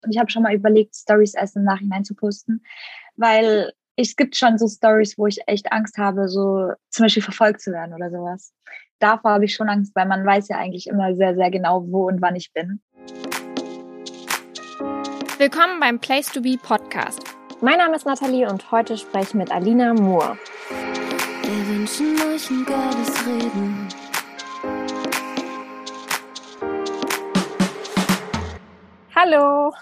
Und ich habe schon mal überlegt, Stories erst im Nachhinein zu posten, weil es gibt schon so Stories, wo ich echt Angst habe, so zum Beispiel verfolgt zu werden oder sowas. Davor habe ich schon Angst, weil man weiß ja eigentlich immer sehr, sehr genau, wo und wann ich bin. Willkommen beim Place to Be Podcast. Mein Name ist Nathalie und heute spreche ich mit Alina Moore. Wir wünschen euch ein geiles Reden. Hallo.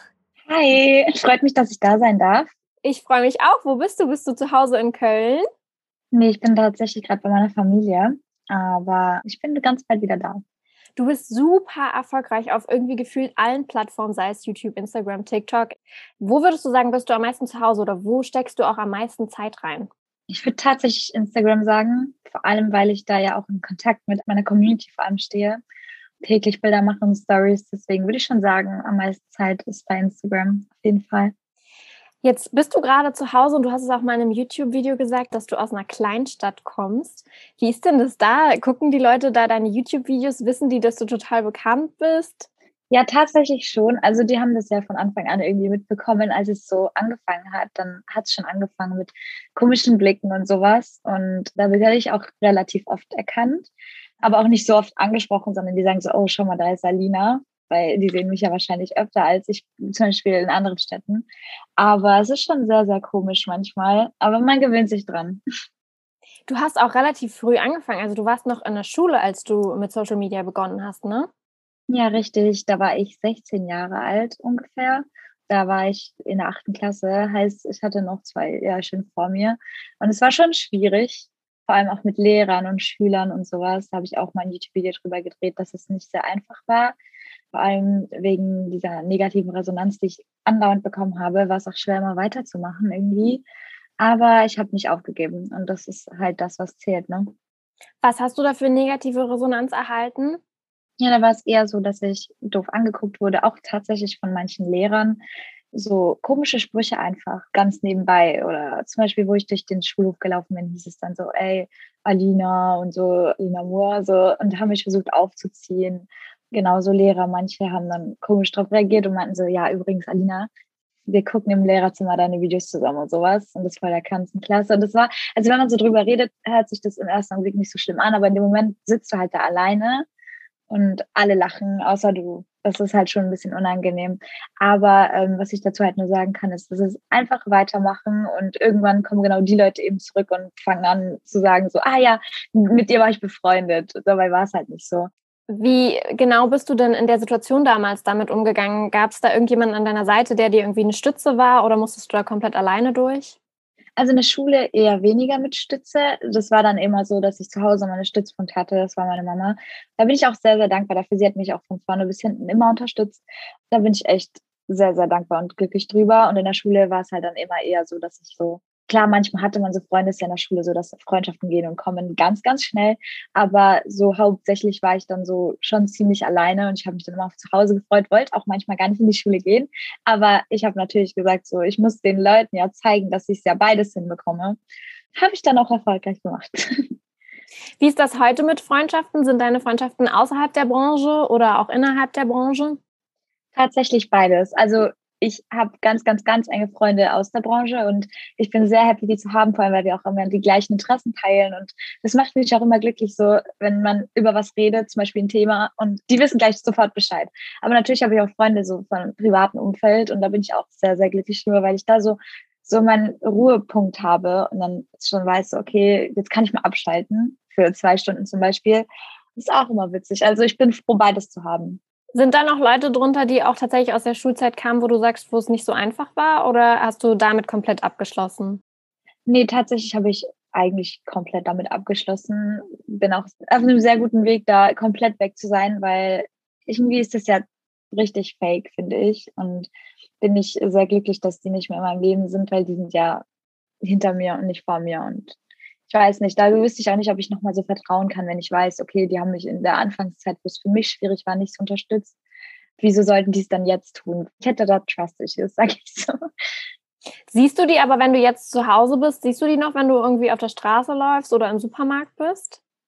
Hi, freut mich, dass ich da sein darf. Ich freue mich auch. Wo bist du? Bist du zu Hause in Köln? Nee, ich bin tatsächlich gerade bei meiner Familie, aber ich bin ganz bald wieder da. Du bist super erfolgreich auf irgendwie gefühlt allen Plattformen, sei es YouTube, Instagram, TikTok. Wo würdest du sagen, bist du am meisten zu Hause oder wo steckst du auch am meisten Zeit rein? Ich würde tatsächlich Instagram sagen, vor allem, weil ich da ja auch in Kontakt mit meiner Community vor allem stehe. Täglich Bilder mache und Stories, deswegen würde ich schon sagen, am meisten Zeit ist bei Instagram auf jeden Fall. Jetzt bist du gerade zu Hause und du hast es auch mal in einem YouTube-Video gesagt, dass du aus einer Kleinstadt kommst. Wie ist denn das da? Gucken die Leute da deine YouTube-Videos? Wissen die, dass du total bekannt bist? Ja, tatsächlich schon. Also die haben das ja von Anfang an irgendwie mitbekommen, als es so angefangen hat. Dann hat es schon angefangen mit komischen Blicken und sowas. Und da werde ich auch relativ oft erkannt, aber auch nicht so oft angesprochen, sondern die sagen so, oh, schau mal, da ist Alina. Weil die sehen mich ja wahrscheinlich öfter als ich zum Beispiel in anderen Städten. Aber es ist schon sehr, sehr komisch manchmal. Aber man gewöhnt sich dran. Du hast auch relativ früh angefangen. Also du warst noch in der Schule, als du mit Social Media begonnen hast, ne? Ja, richtig. Da war ich 16 Jahre alt ungefähr. Da war ich in der 8. Klasse. Heißt, ich hatte noch 2 Jahre schon vor mir. Und es war schon schwierig. Vor allem auch mit Lehrern und Schülern und sowas. Da habe ich auch mal ein YouTube-Video drüber gedreht, dass es nicht sehr einfach war. Vor allem wegen dieser negativen Resonanz, die ich andauernd bekommen habe, war es auch schwer, mal weiterzumachen irgendwie. Aber ich habe nicht aufgegeben und das ist halt das, was zählt, ne? Was hast du da für negative Resonanz erhalten? Ja, da war es eher so, dass ich doof angeguckt wurde, auch tatsächlich von manchen Lehrern. So komische Sprüche einfach ganz nebenbei. Oder zum Beispiel, wo ich durch den Schulhof gelaufen bin, hieß es dann so, ey, Alina und so, Alina Moore, so, und haben mich versucht aufzuziehen. Genauso Lehrer, manche haben dann komisch drauf reagiert und meinten so, ja, übrigens, Alina, wir gucken im Lehrerzimmer deine Videos zusammen und sowas. Und das war der ganzen Klasse. Und das war, also wenn man so drüber redet, hört sich das im ersten Augenblick nicht so schlimm an, aber in dem Moment sitzt du halt da alleine und alle lachen, außer du. Das ist halt schon ein bisschen unangenehm. Aber was ich dazu halt nur sagen kann, ist, das ist einfach weitermachen und irgendwann kommen genau die Leute eben zurück und fangen an zu sagen so, ah ja, mit dir war ich befreundet. Dabei war es halt nicht so. Wie genau bist du denn in der Situation damals damit umgegangen? Gab es da irgendjemanden an deiner Seite, der dir irgendwie eine Stütze war oder musstest du da komplett alleine durch? Also in der Schule eher weniger mit Stütze. Das war dann immer so, dass ich zu Hause meine Stützpunkt hatte. Das war meine Mama. Da bin ich auch sehr, sehr dankbar dafür. Sie hat mich auch von vorne bis hinten immer unterstützt. Da bin ich echt sehr, sehr dankbar und glücklich drüber. Und in der Schule war es halt dann immer eher so, dass ich so, klar, manchmal hatte man so Freunde, ist ja in der Schule so, dass Freundschaften gehen und kommen ganz, ganz schnell. Aber so hauptsächlich war ich dann so schon ziemlich alleine und ich habe mich dann immer auf zu Hause gefreut, wollte auch manchmal gar nicht in die Schule gehen. Aber ich habe natürlich gesagt, so, ich muss den Leuten ja zeigen, dass ich es ja beides hinbekomme. Habe ich dann auch erfolgreich gemacht. Wie ist das heute mit Freundschaften? Sind deine Freundschaften außerhalb der Branche oder auch innerhalb der Branche? Tatsächlich beides. Also ich habe ganz, ganz, ganz enge Freunde aus der Branche und ich bin sehr happy, die zu haben, vor allem, weil wir auch immer die gleichen Interessen teilen. Und das macht mich auch immer glücklich, so wenn man über was redet, zum Beispiel ein Thema, und die wissen gleich sofort Bescheid. Aber natürlich habe ich auch Freunde so von privatem Umfeld und da bin ich auch sehr, sehr glücklich drüber, weil ich da so meinen Ruhepunkt habe und dann schon weiß, okay, jetzt kann ich mal abschalten für 2 Stunden zum Beispiel. Das ist auch immer witzig. Also ich bin froh, beides zu haben. Sind da noch Leute drunter, die auch tatsächlich aus der Schulzeit kamen, wo du sagst, wo es nicht so einfach war, oder hast du damit komplett abgeschlossen? Nee, tatsächlich habe ich eigentlich komplett damit abgeschlossen. Bin auch auf einem sehr guten Weg, da komplett weg zu sein, weil irgendwie ist das ja richtig fake, finde ich. Und bin ich sehr glücklich, dass die nicht mehr in meinem Leben sind, weil die sind ja hinter mir und nicht vor mir. Und ich weiß nicht, da wüsste ich auch nicht, ob ich nochmal so vertrauen kann, wenn ich weiß, okay, die haben mich in der Anfangszeit, wo es für mich schwierig war, nicht so unterstützt. Wieso sollten die es dann jetzt tun? Ich hätte da Trust Issues, sage ich so. Siehst du die aber, wenn du jetzt zu Hause bist, siehst du die noch, wenn du irgendwie auf der Straße läufst oder im Supermarkt bist?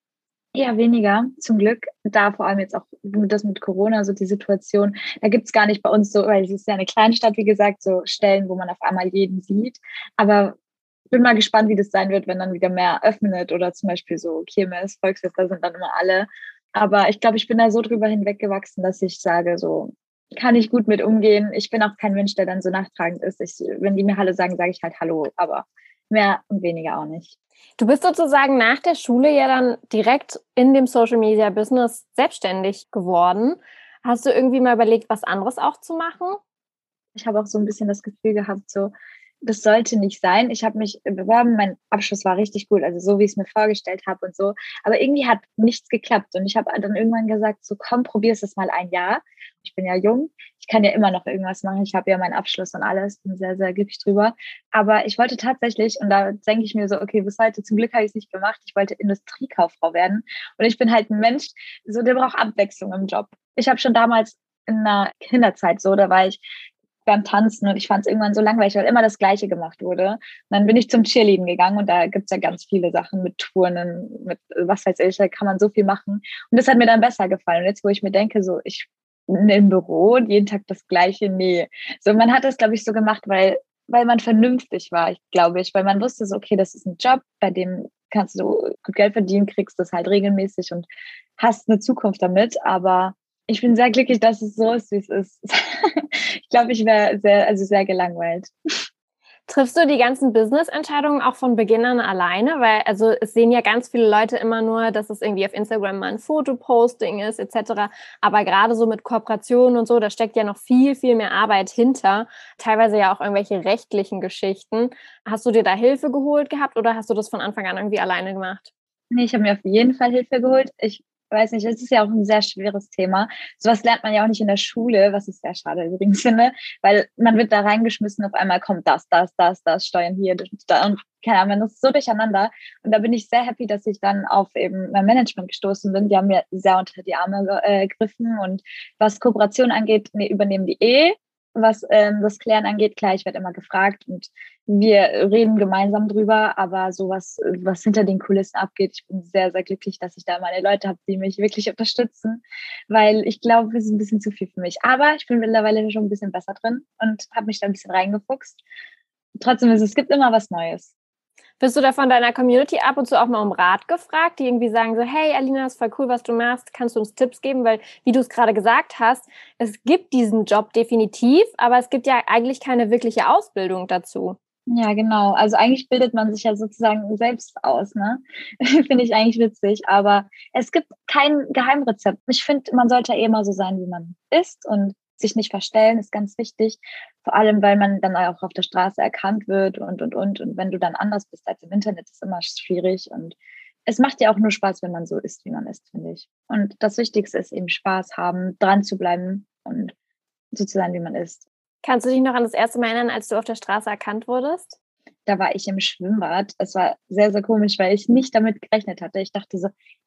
Eher weniger, zum Glück. Da vor allem jetzt auch das mit Corona, so die Situation, da gibt es gar nicht bei uns so, weil es ist ja eine Kleinstadt, wie gesagt, so Stellen, wo man auf einmal jeden sieht. Aber bin mal gespannt, wie das sein wird, wenn dann wieder mehr öffnet oder zum Beispiel so Kirmes, Volksfest, da sind dann immer alle. Aber ich glaube, ich bin da so drüber hinweggewachsen, dass ich sage, so kann ich gut mit umgehen. Ich bin auch kein Mensch, der dann so nachtragend ist. Wenn die mir Hallo sagen, sage ich halt Hallo, aber mehr und weniger auch nicht. Du bist sozusagen nach der Schule ja dann direkt in dem Social Media Business selbstständig geworden. Hast du irgendwie mal überlegt, was anderes auch zu machen? Ich habe auch so ein bisschen das Gefühl gehabt, so, das sollte nicht sein. Ich habe mich beworben, mein Abschluss war richtig gut, also so, wie ich es mir vorgestellt habe und so. Aber irgendwie hat nichts geklappt. Und ich habe dann irgendwann gesagt, so komm, probier's es mal ein Jahr. Ich bin ja jung, ich kann ja immer noch irgendwas machen. Ich habe ja meinen Abschluss und alles, bin sehr, sehr glücklich drüber. Aber ich wollte tatsächlich, und da denke ich mir so, okay, bis heute, zum Glück habe ich es nicht gemacht, ich wollte Industriekauffrau werden. Und ich bin halt ein Mensch, so der braucht Abwechslung im Job. Ich habe schon damals in einer Kinderzeit so, da war ich beim Tanzen und ich fand es irgendwann so langweilig, weil immer das Gleiche gemacht wurde. Und dann bin ich zum Cheerleading gegangen und da gibt's ja ganz viele Sachen mit Turnen, mit was weiß ich, da kann man so viel machen. Und das hat mir dann besser gefallen. Und jetzt, wo ich mir denke, so ich im Büro und jeden Tag das Gleiche, nee. So, man hat das, glaube ich, so gemacht, weil man vernünftig war, glaube ich, weil man wusste so, okay, das ist ein Job, bei dem kannst du gut Geld verdienen, kriegst das halt regelmäßig und hast eine Zukunft damit, aber ich bin sehr glücklich, dass es so ist, wie es ist. Ich glaube, ich wäre sehr gelangweilt. Triffst du die ganzen Business-Entscheidungen auch von Beginn an alleine? Weil also es sehen ja ganz viele Leute immer nur, dass es irgendwie auf Instagram mal ein Fotoposting ist etc. Aber gerade so mit Kooperationen und so, da steckt ja noch viel, viel mehr Arbeit hinter. Teilweise ja auch irgendwelche rechtlichen Geschichten. Hast du dir da Hilfe geholt gehabt oder hast du das von Anfang an irgendwie alleine gemacht? Nee, ich habe mir auf jeden Fall Hilfe geholt. Ich weiß nicht, es ist ja auch ein sehr schweres Thema. Sowas lernt man ja auch nicht in der Schule, was ich sehr schade übrigens finde, weil man wird da reingeschmissen, auf einmal kommt das, Steuern hier, da und keine Ahnung, das ist so durcheinander. Und da bin ich sehr happy, dass ich dann auf eben mein Management gestoßen bin. Die haben mir sehr unter die Arme gegriffen und was Kooperation angeht, übernehmen die was das Klären angeht, klar, ich werde immer gefragt und wir reden gemeinsam drüber, aber sowas, was hinter den Kulissen abgeht, ich bin sehr, sehr glücklich, dass ich da meine Leute habe, die mich wirklich unterstützen, weil ich glaube, es ist ein bisschen zu viel für mich. Aber ich bin mittlerweile schon ein bisschen besser drin und habe mich da ein bisschen reingefuchst. Trotzdem es gibt immer was Neues. Bist du da von deiner Community ab und zu auch mal um Rat gefragt, die irgendwie sagen so, hey Alina, ist voll cool, was du machst, kannst du uns Tipps geben? Weil, wie du es gerade gesagt hast, es gibt diesen Job definitiv, aber es gibt ja eigentlich keine wirkliche Ausbildung dazu. Ja, genau. Also eigentlich bildet man sich ja sozusagen selbst aus, ne? Finde ich eigentlich witzig. Aber es gibt kein Geheimrezept. Ich finde, man sollte eh immer so sein, wie man ist und sich nicht verstellen, ist ganz wichtig. Vor allem, weil man dann auch auf der Straße erkannt wird und. Und wenn du dann anders bist als im Internet, ist immer schwierig. Und es macht ja auch nur Spaß, wenn man so ist, wie man ist, finde ich. Und das Wichtigste ist eben Spaß haben, dran zu bleiben und so zu sein, wie man ist. Kannst du dich noch an das erste Mal erinnern, als du auf der Straße erkannt wurdest? Da war ich im Schwimmbad. Es war sehr, sehr komisch, weil ich nicht damit gerechnet hatte. Ich dachte so,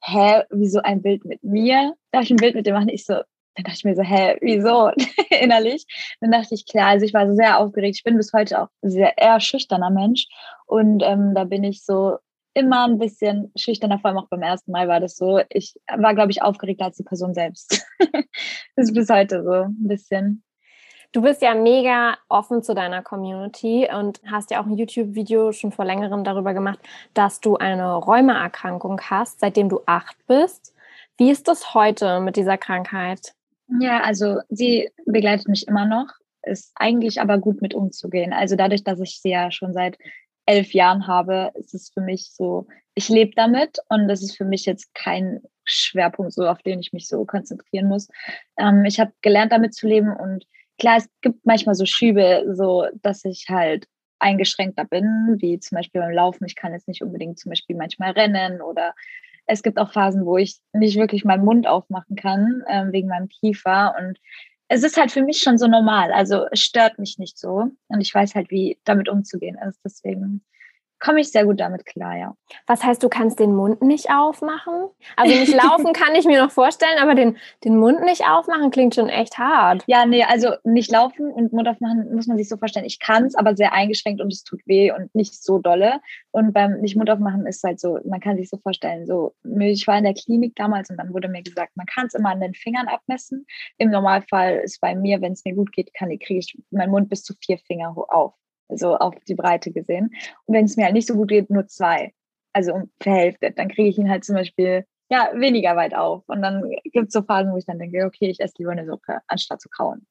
wieso ein Bild mit mir? Darf ich ein Bild mit dir machen? Dann dachte ich mir so, wieso? Innerlich. Dann dachte ich, klar, also ich war so sehr aufgeregt. Ich bin bis heute auch sehr eher schüchterner Mensch. Und da bin ich so immer ein bisschen schüchterner, vor allem auch beim ersten Mal war das so. Ich war, glaube ich, aufgeregter als die Person selbst. Das ist bis heute so ein bisschen. Du bist ja mega offen zu deiner Community und hast ja auch ein YouTube-Video schon vor längerem darüber gemacht, dass du eine Rheumaerkrankung hast, seitdem du 8 bist. Wie ist das heute mit dieser Krankheit? Ja, also sie begleitet mich immer noch, ist eigentlich aber gut mit umzugehen. Also dadurch, dass ich sie ja schon seit 11 Jahren habe, ist es für mich so, ich lebe damit und das ist für mich jetzt kein Schwerpunkt, so auf den ich mich so konzentrieren muss. Ich habe gelernt, damit zu leben und klar, es gibt manchmal so Schübe, so dass ich halt eingeschränkter bin, wie zum Beispiel beim Laufen. Ich kann jetzt nicht unbedingt zum Beispiel manchmal rennen oder es gibt auch Phasen, wo ich nicht wirklich meinen Mund aufmachen kann, wegen meinem Kiefer. Und es ist halt für mich schon so normal. Also es stört mich nicht so. Und ich weiß halt, wie damit umzugehen ist. Deswegen komme ich sehr gut damit klar, ja. Was heißt, du kannst den Mund nicht aufmachen? Also nicht laufen kann ich mir noch vorstellen, aber den Mund nicht aufmachen klingt schon echt hart. Ja, nee, also nicht laufen und Mund aufmachen muss man sich so vorstellen. Ich kann es, aber sehr eingeschränkt und es tut weh und nicht so dolle. Und beim nicht Mund aufmachen ist halt so, man kann sich so vorstellen, so, ich war in der Klinik damals und dann wurde mir gesagt, man kann es immer an den Fingern abmessen. Im Normalfall ist bei mir, wenn es mir gut geht, kriege ich meinen Mund bis zu 4 Finger auf. So auf die Breite gesehen. Und wenn es mir halt nicht so gut geht, nur 2. Also verhälftet. Dann kriege ich ihn halt zum Beispiel weniger weit auf. Und dann gibt es so Phasen, wo ich dann denke, okay, ich esse lieber eine Suppe, anstatt zu kauen.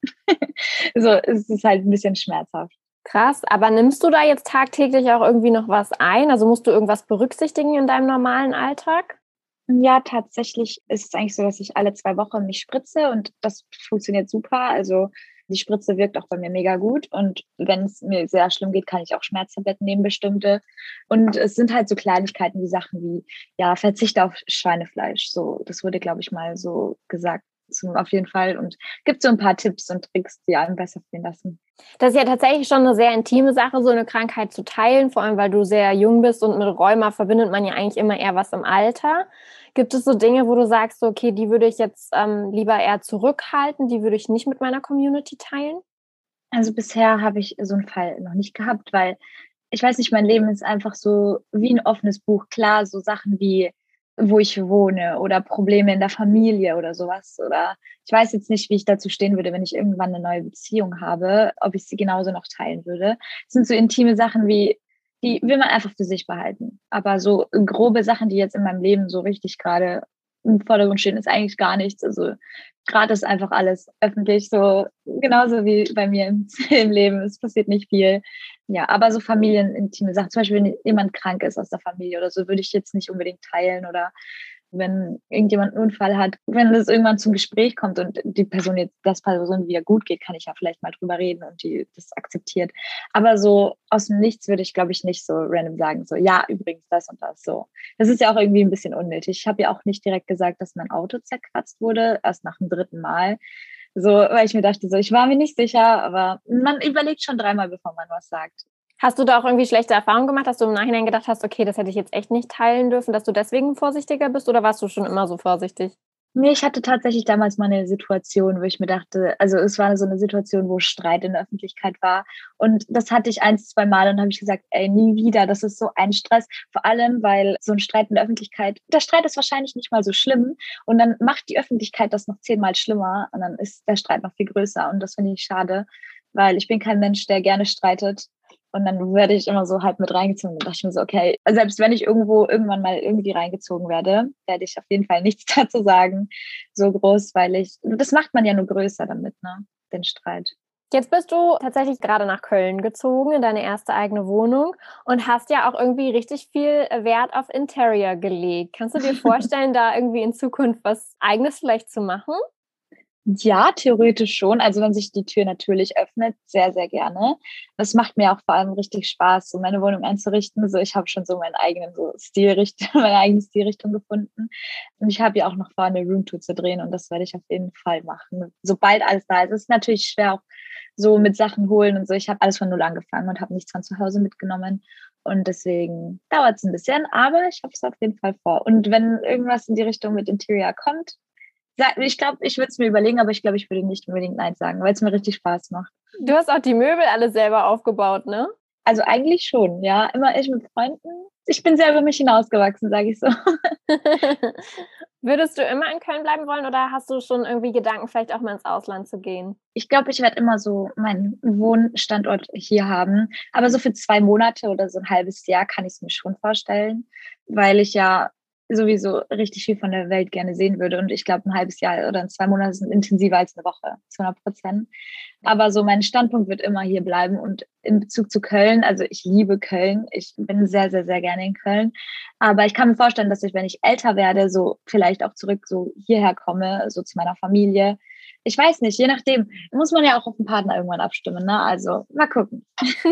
So, es ist halt ein bisschen schmerzhaft. Krass, aber nimmst du da jetzt tagtäglich auch irgendwie noch was ein? Also musst du irgendwas berücksichtigen in deinem normalen Alltag? Ja, tatsächlich ist es eigentlich so, dass ich alle 2 Wochen mich spritze und das funktioniert super. Also die Spritze wirkt auch bei mir mega gut und wenn es mir sehr schlimm geht, kann ich auch Schmerztabletten nehmen, bestimmte. Und es sind halt so Kleinigkeiten wie Sachen wie, Verzicht auf Schweinefleisch. So, das wurde, glaube ich, mal so gesagt. Auf jeden Fall. Und gibt so ein paar Tipps und Tricks, die einem besser fühlen lassen. Das ist ja tatsächlich schon eine sehr intime Sache, so eine Krankheit zu teilen, vor allem weil du sehr jung bist und mit Rheuma verbindet man ja eigentlich immer eher was im Alter. Gibt es so Dinge, wo du sagst, so, okay, die würde ich jetzt lieber eher zurückhalten, die würde ich nicht mit meiner Community teilen? Also bisher habe ich so einen Fall noch nicht gehabt, weil ich weiß nicht, mein Leben ist einfach so wie ein offenes Buch. Klar, so Sachen wie wo ich wohne oder Probleme in der Familie oder sowas. Oder ich weiß jetzt nicht, wie ich dazu stehen würde, wenn ich irgendwann eine neue Beziehung habe, ob ich sie genauso noch teilen würde. Das sind so intime Sachen wie, die will man einfach für sich behalten. Aber so grobe Sachen, die jetzt in meinem Leben so richtig gerade im Vordergrund stehen, ist eigentlich gar nichts. Also gerade ist einfach alles öffentlich, so genauso wie bei mir im Leben. Es passiert nicht viel. Ja, aber so familienintime Sachen, zum Beispiel, wenn jemand krank ist aus der Familie oder so, würde ich jetzt nicht unbedingt teilen oder wenn irgendjemand einen Unfall hat, wenn es irgendwann zum Gespräch kommt und die Person jetzt, das Person wieder gut geht, kann ich ja vielleicht mal drüber reden und die das akzeptiert. Aber so aus dem Nichts würde ich, glaube ich, nicht so random sagen, so, ja, übrigens das und das, so. Das ist ja auch irgendwie ein bisschen unnötig. Ich habe ja auch nicht direkt gesagt, dass mein Auto zerkratzt wurde, erst nach dem 3. Mal. So, weil ich mir dachte, so, ich war mir nicht sicher, aber man überlegt schon 3-mal, bevor man was sagt. Hast du da auch irgendwie schlechte Erfahrungen gemacht, dass du im Nachhinein gedacht hast, okay, das hätte ich jetzt echt nicht teilen dürfen, dass du deswegen vorsichtiger bist oder warst du schon immer so vorsichtig? Nee, ich hatte tatsächlich damals mal eine Situation, wo ich mir dachte, also es war so eine Situation, wo Streit in der Öffentlichkeit war und das hatte ich 1-2 Mal und habe ich gesagt, ey, nie wieder, das ist so ein Stress, vor allem, weil so ein Streit in der Öffentlichkeit, der Streit ist wahrscheinlich nicht mal so schlimm und dann macht die Öffentlichkeit das noch 10-mal schlimmer und dann ist der Streit noch viel größer und das finde ich schade, weil ich bin kein Mensch, der gerne streitet. Und dann werde ich immer so halb mit reingezogen. Und dachte ich mir so, okay, selbst wenn ich irgendwann mal irgendwie reingezogen werde ich auf jeden Fall nichts dazu sagen, so groß, weil das macht man ja nur größer damit, ne, den Streit. Jetzt bist du tatsächlich gerade nach Köln gezogen, in deine erste eigene Wohnung und hast ja auch irgendwie richtig viel Wert auf Interior gelegt. Kannst du dir vorstellen, da irgendwie in Zukunft was Eigenes vielleicht zu machen? Ja, theoretisch schon. Also wenn sich die Tür natürlich öffnet, sehr, sehr gerne. Das macht mir auch vor allem richtig Spaß, so meine Wohnung einzurichten. So, ich habe schon so meinen eigenen so Stilrichtung, meine eigene Stilrichtung gefunden. Und ich habe ja auch noch vor, eine Roomtour zu drehen und das werde ich auf jeden Fall machen. Sobald alles da ist. Es ist natürlich schwer auch so mit Sachen holen und so. Ich habe alles von null angefangen und habe nichts von zu Hause mitgenommen. Und deswegen dauert es ein bisschen, aber ich habe es auf jeden Fall vor. Und wenn irgendwas in die Richtung mit Interior kommt, ich glaube, ich würde es mir überlegen, aber ich glaube, ich würde nicht unbedingt Nein sagen, weil es mir richtig Spaß macht. Du hast auch die Möbel alle selber aufgebaut, ne? Also eigentlich schon, ja. Immer ich mit Freunden. Ich bin sehr über mich hinausgewachsen, sage ich so. Würdest du immer in Köln bleiben wollen oder hast du schon irgendwie Gedanken, vielleicht auch mal ins Ausland zu gehen? Ich glaube, ich werde immer so meinen Wohnstandort hier haben. Aber so für 2 Monate oder so ein halbes Jahr kann ich es mir schon vorstellen, weil ich ja sowieso richtig viel von der Welt gerne sehen würde. Und ich glaube, ein halbes Jahr oder 2 Monate sind intensiver als eine Woche, zu 100%. Aber so mein Standpunkt wird immer hier bleiben. Und in Bezug zu Köln, also ich liebe Köln. Ich bin sehr, sehr, sehr gerne in Köln. Aber ich kann mir vorstellen, dass ich, wenn ich älter werde, so vielleicht auch zurück so hierher komme, so zu meiner Familie. Ich weiß nicht, je nachdem, muss man ja auch auf den Partner irgendwann abstimmen, ne? Also mal gucken.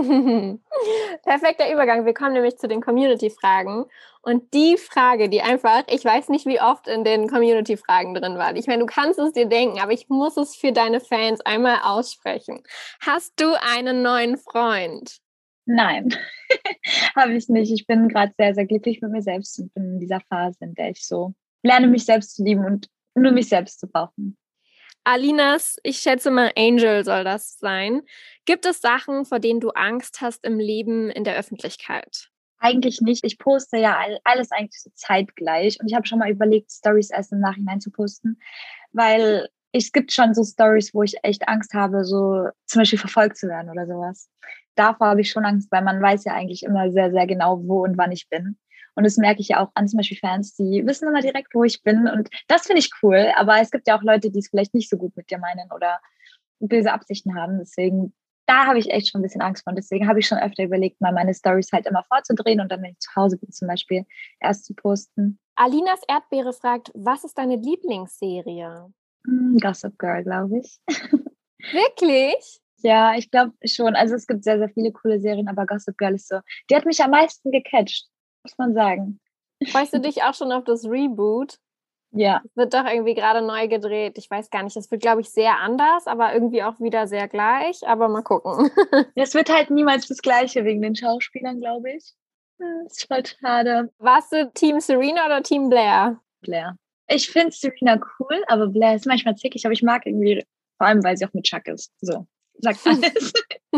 Perfekter Übergang. Wir kommen nämlich zu den Community-Fragen. Und die Frage, die einfach, ich weiß nicht, wie oft in den Community-Fragen drin war. Ich meine, du kannst es dir denken, aber ich muss es für deine Fans einmal aussprechen. Hast du einen neuen Freund? Nein, habe ich nicht. Ich bin gerade sehr, sehr glücklich mit mir selbst und bin in dieser Phase, in der ich so lerne, mich selbst zu lieben und nur mich selbst zu brauchen. Alinas, ich schätze mal, Angel soll das sein. Gibt es Sachen, vor denen du Angst hast im Leben in der Öffentlichkeit? Eigentlich nicht. Ich poste ja alles eigentlich so zeitgleich und ich habe schon mal überlegt, Stories erst im Nachhinein zu posten, weil es gibt schon so Stories, wo ich echt Angst habe, so zum Beispiel verfolgt zu werden oder sowas. Davor habe ich schon Angst, weil man weiß ja eigentlich immer sehr, sehr genau, wo und wann ich bin. Und das merke ich ja auch an zum Beispiel Fans, die wissen immer direkt, wo ich bin. Und das finde ich cool. Aber es gibt ja auch Leute, die es vielleicht nicht so gut mit dir meinen oder böse Absichten haben. Deswegen, da habe ich echt schon ein bisschen Angst vor. Und deswegen habe ich schon öfter überlegt, mal meine Stories halt immer vorzudrehen und dann, wenn ich zu Hause bin, zum Beispiel erst zu posten. Alinas Erdbeere fragt, was ist deine Lieblingsserie? Gossip Girl, glaube ich. Wirklich? Ja, ich glaube schon. Also es gibt sehr, sehr viele coole Serien, aber Gossip Girl ist so, die hat mich am meisten gecatcht, muss man sagen. Freust du dich auch schon auf das Reboot? Ja. Es wird doch irgendwie gerade neu gedreht. Ich weiß gar nicht. Es wird, glaube ich, sehr anders, aber irgendwie auch wieder sehr gleich. Aber mal gucken. Es wird halt niemals das Gleiche wegen den Schauspielern, glaube ich. Das ist voll schade. Warst du Team Serena oder Team Blair? Blair. Ich finde Serena cool, aber Blair ist manchmal zickig, aber ich mag irgendwie, vor allem, weil sie auch mit Chuck ist. So, sagt alles.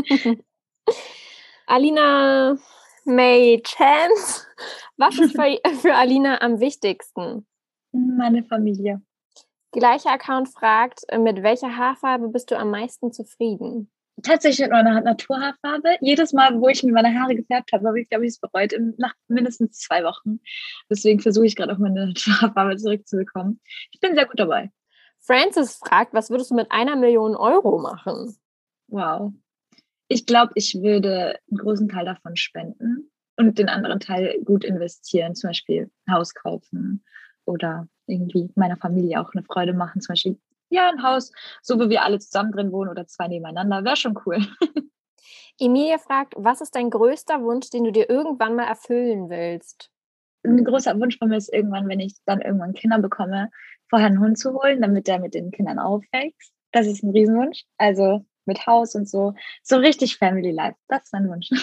Alina May Chance. Was ist für Alina am wichtigsten? Meine Familie. Gleicher Account fragt, mit welcher Haarfarbe bist du am meisten zufrieden? Tatsächlich mit meiner Naturhaarfarbe. Jedes Mal, wo ich mir meine Haare gefärbt habe ich, glaube ich, es bereut nach mindestens 2 Wochen. Deswegen versuche ich gerade auch meine Naturhaarfarbe zurückzubekommen. Ich bin sehr gut dabei. Francis fragt, was würdest du mit 1 Million Euro machen? Wow. Ich glaube, ich würde einen großen Teil davon spenden und den anderen Teil gut investieren, zum Beispiel ein Haus kaufen oder irgendwie meiner Familie auch eine Freude machen, zum Beispiel ja, ein Haus, so wie wir alle zusammen drin wohnen oder 2 nebeneinander, wäre schon cool. Emilia fragt, was ist dein größter Wunsch, den du dir irgendwann mal erfüllen willst? Ein großer Wunsch von mir ist irgendwann, wenn ich dann irgendwann Kinder bekomme, vorher einen Hund zu holen, damit der mit den Kindern aufwächst. Das ist ein Riesenwunsch. Also mit Haus und so. So richtig Family Life. Das ist mein Wunsch.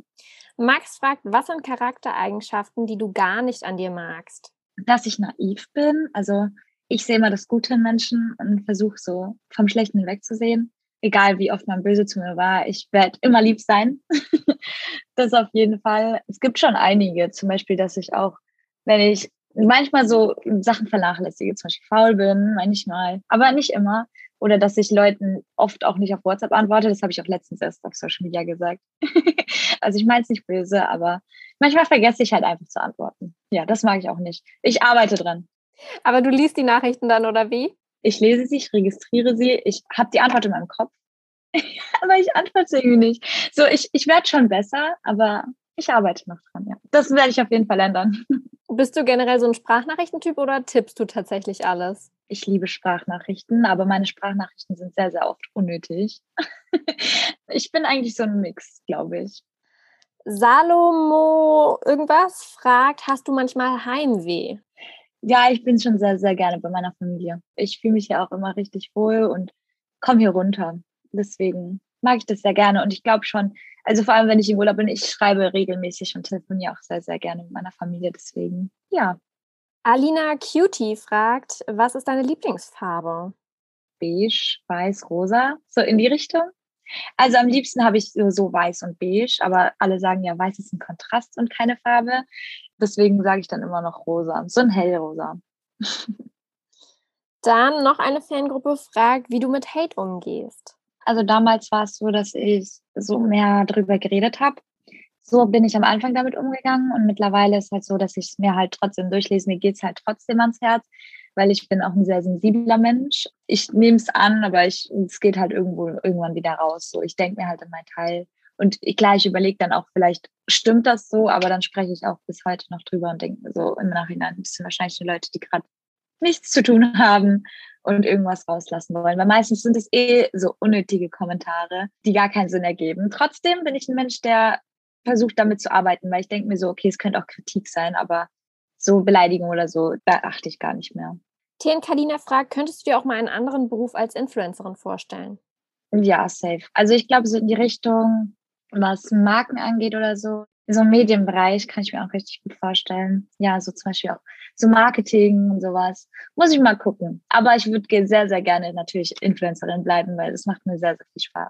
Max fragt, was sind Charaktereigenschaften, die du gar nicht an dir magst? Dass ich naiv bin. Also ich sehe immer das Gute in Menschen und versuche so vom Schlechten hinwegzusehen. Egal wie oft man böse zu mir war, ich werde immer lieb sein. Das auf jeden Fall. Es gibt schon einige, zum Beispiel, dass ich auch, wenn ich manchmal so Sachen vernachlässige, zum Beispiel faul bin, manchmal, aber nicht immer. Oder dass ich Leuten oft auch nicht auf WhatsApp antworte. Das habe ich auch letztens erst auf Social Media gesagt. Also ich meine es nicht böse, aber manchmal vergesse ich halt einfach zu antworten. Ja, das mag ich auch nicht. Ich arbeite dran. Aber du liest die Nachrichten dann, oder wie? Ich lese sie, ich registriere sie, ich habe die Antwort in meinem Kopf, aber ich antworte irgendwie nicht. So, ich werde schon besser, aber ich arbeite noch dran, ja. Das werde ich auf jeden Fall ändern. Bist du generell so ein Sprachnachrichtentyp oder tippst du tatsächlich alles? Ich liebe Sprachnachrichten, aber meine Sprachnachrichten sind sehr, sehr oft unnötig. Ich bin eigentlich so ein Mix, glaube ich. Salomo irgendwas fragt, hast du manchmal Heimweh? Ja, ich bin schon sehr, sehr gerne bei meiner Familie. Ich fühle mich ja auch immer richtig wohl und komme hier runter. Deswegen mag ich das sehr gerne. Und ich glaube schon, also vor allem, wenn ich im Urlaub bin, ich schreibe regelmäßig und telefoniere auch sehr, sehr gerne mit meiner Familie. Deswegen, ja. Alina Cutie fragt, was ist deine Lieblingsfarbe? Beige, weiß, rosa, so in die Richtung. Also am liebsten habe ich so weiß und beige, aber alle sagen ja, weiß ist ein Kontrast und keine Farbe. Deswegen sage ich dann immer noch rosa, so ein hellrosa. Dann noch eine Fangruppe fragt, wie du mit Hate umgehst. Also damals war es so, dass ich so mehr drüber geredet habe. So bin ich am Anfang damit umgegangen und mittlerweile ist halt so, dass ich es mir halt trotzdem durchlese. Mir geht es halt trotzdem ans Herz, weil ich bin auch ein sehr sensibler Mensch. Ich nehme es an, aber es geht halt irgendwann wieder raus. So, ich denke mir halt in meinen Teil. Und klar, ich überlege dann auch, vielleicht stimmt das so, aber dann spreche ich auch bis heute noch drüber und denke mir so im Nachhinein, das sind wahrscheinlich nur Leute, die gerade nichts zu tun haben und irgendwas rauslassen wollen. Weil meistens sind es so unnötige Kommentare, die gar keinen Sinn ergeben. Trotzdem bin ich ein Mensch, der versucht damit zu arbeiten, weil ich denke mir so, okay, es könnte auch Kritik sein, aber so Beleidigung oder so, da achte ich gar nicht mehr. TN Kalina fragt, könntest du dir auch mal einen anderen Beruf als Influencerin vorstellen? Ja, safe. Also ich glaube, so in die Richtung was Marken angeht oder so. So im Medienbereich kann ich mir auch richtig gut vorstellen. Ja, so zum Beispiel auch so Marketing und sowas. Muss ich mal gucken. Aber ich würde sehr, sehr gerne natürlich Influencerin bleiben, weil das macht mir sehr, sehr viel Spaß.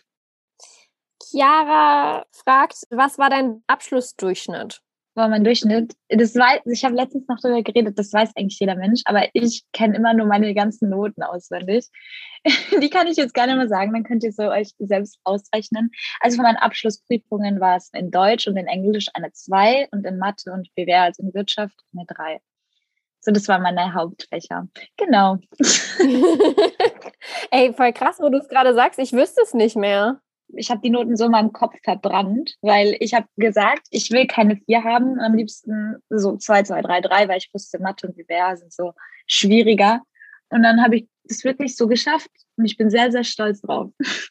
Chiara fragt, was war dein Abschlussdurchschnitt? War mein Durchschnitt. Ich habe letztens noch darüber geredet, das weiß eigentlich jeder Mensch, aber ich kenne immer nur meine ganzen Noten auswendig. Die kann ich jetzt gerne mal sagen, dann könnt ihr so euch selbst ausrechnen. Also von meinen Abschlussprüfungen war es in Deutsch und in Englisch eine 2 und in Mathe und BWL, also in Wirtschaft, eine 3. So, das waren meine Hauptfächer. Genau. Ey, voll krass, wo du es gerade sagst. Ich wüsste es nicht mehr. Ich habe die Noten so in meinem Kopf verbrannt, weil ich habe gesagt, ich will keine 4 haben, am liebsten so 2, 2, 3, 3, weil ich wusste, Mathe und BWL sind so schwieriger. Und dann habe ich das wirklich so geschafft und ich bin sehr, sehr stolz drauf.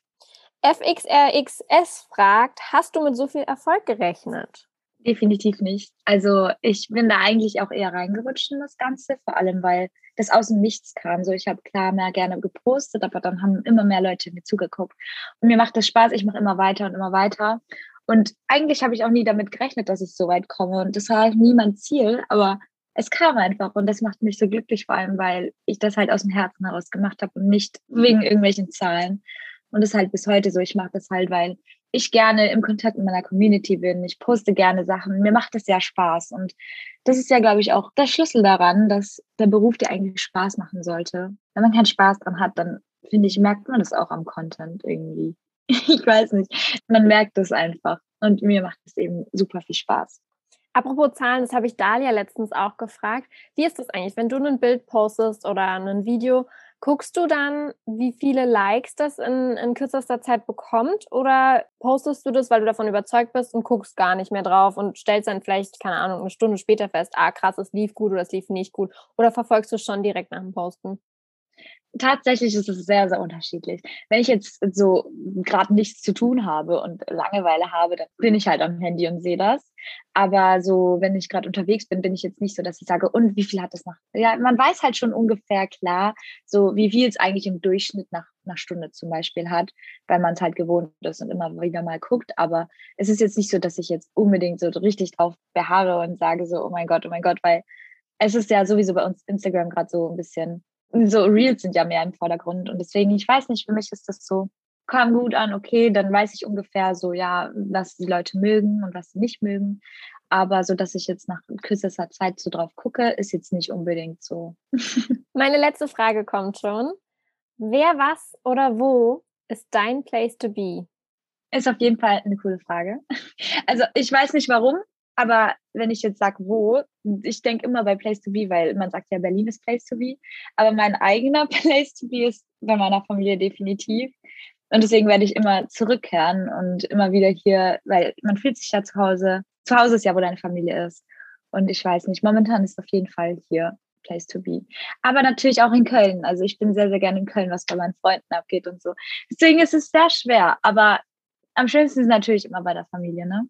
FXRXS fragt, hast du mit so viel Erfolg gerechnet? Definitiv nicht. Also ich bin da eigentlich auch eher reingerutscht in das Ganze, vor allem weil das aus dem Nichts kam. So, ich habe klar mehr gerne gepostet, aber dann haben immer mehr Leute mir zugeguckt. Und mir macht das Spaß, ich mache immer weiter und immer weiter. Und eigentlich habe ich auch nie damit gerechnet, dass ich so weit komme. Und das war halt nie mein Ziel, aber es kam einfach. Und das macht mich so glücklich, vor allem, weil ich das halt aus dem Herzen heraus gemacht habe und nicht wegen irgendwelchen Zahlen. Und das ist halt bis heute so. Ich mache das halt, weil ich gerne im Kontakt mit meiner Community bin. Ich poste gerne Sachen. Mir macht das ja Spaß. Und das ist ja, glaube ich, auch der Schlüssel daran, dass der Beruf dir eigentlich Spaß machen sollte. Wenn man keinen Spaß dran hat, dann, finde ich, merkt man das auch am Content irgendwie. Ich weiß nicht. Man merkt das einfach. Und mir macht es eben super viel Spaß. Apropos Zahlen, das habe ich Dalia letztens auch gefragt. Wie ist das eigentlich, wenn du ein Bild postest oder ein Video? Guckst du dann, wie viele Likes das in kürzester Zeit bekommt, oder postest du das, weil du davon überzeugt bist und guckst gar nicht mehr drauf und stellst dann vielleicht, keine Ahnung, eine Stunde später fest, krass, es lief gut oder es lief nicht gut, oder verfolgst du schon direkt nach dem Posten? Tatsächlich ist es sehr, sehr unterschiedlich. Wenn ich jetzt so gerade nichts zu tun habe und Langeweile habe, dann bin ich halt am Handy und sehe das. Aber so, wenn ich gerade unterwegs bin, bin ich jetzt nicht so, dass ich sage, und wie viel hat das noch? Ja, man weiß halt schon ungefähr klar, so wie viel es eigentlich im Durchschnitt nach einer Stunde zum Beispiel hat, weil man es halt gewohnt ist und immer wieder mal guckt. Aber es ist jetzt nicht so, dass ich jetzt unbedingt so richtig drauf beharre und sage so, oh mein Gott, weil es ist ja sowieso bei uns Instagram gerade so ein bisschen, so Reels sind ja mehr im Vordergrund und deswegen, ich weiß nicht, für mich ist das so, kam gut an, okay, dann weiß ich ungefähr so, ja, was die Leute mögen und was sie nicht mögen, aber so, dass ich jetzt nach kürzester Zeit so drauf gucke, ist jetzt nicht unbedingt so. Meine letzte Frage kommt schon. Wer, was oder wo ist dein Place to be? Ist auf jeden Fall eine coole Frage. Also ich weiß nicht warum, aber wenn ich jetzt sage, wo, ich denke immer bei Place to be, weil man sagt ja, Berlin ist Place to be. Aber mein eigener Place to be ist bei meiner Familie definitiv. Und deswegen werde ich immer zurückkehren und immer wieder hier, weil man fühlt sich ja zu Hause. Zu Hause ist ja, wo deine Familie ist. Und ich weiß nicht, momentan ist auf jeden Fall hier Place to be. Aber natürlich auch in Köln. Also ich bin sehr, sehr gerne in Köln, was bei meinen Freunden abgeht und so. Deswegen ist es sehr schwer. Aber am schönsten ist natürlich immer bei der Familie, ne?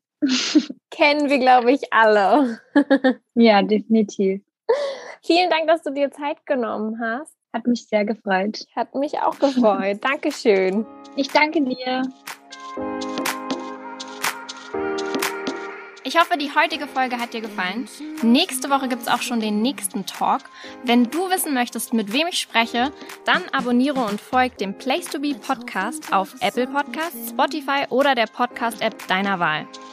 Kennen wir, glaube ich, alle. Ja, definitiv. Vielen Dank, dass du dir Zeit genommen hast. Hat mich sehr gefreut. Hat mich auch gefreut. Dankeschön. Ich danke dir. Ich hoffe, die heutige Folge hat dir gefallen. Nächste Woche gibt es auch schon den nächsten Talk. Wenn du wissen möchtest, mit wem ich spreche, dann abonniere und folge dem Place to Be Podcast auf Apple Podcasts, Spotify oder der Podcast-App deiner Wahl.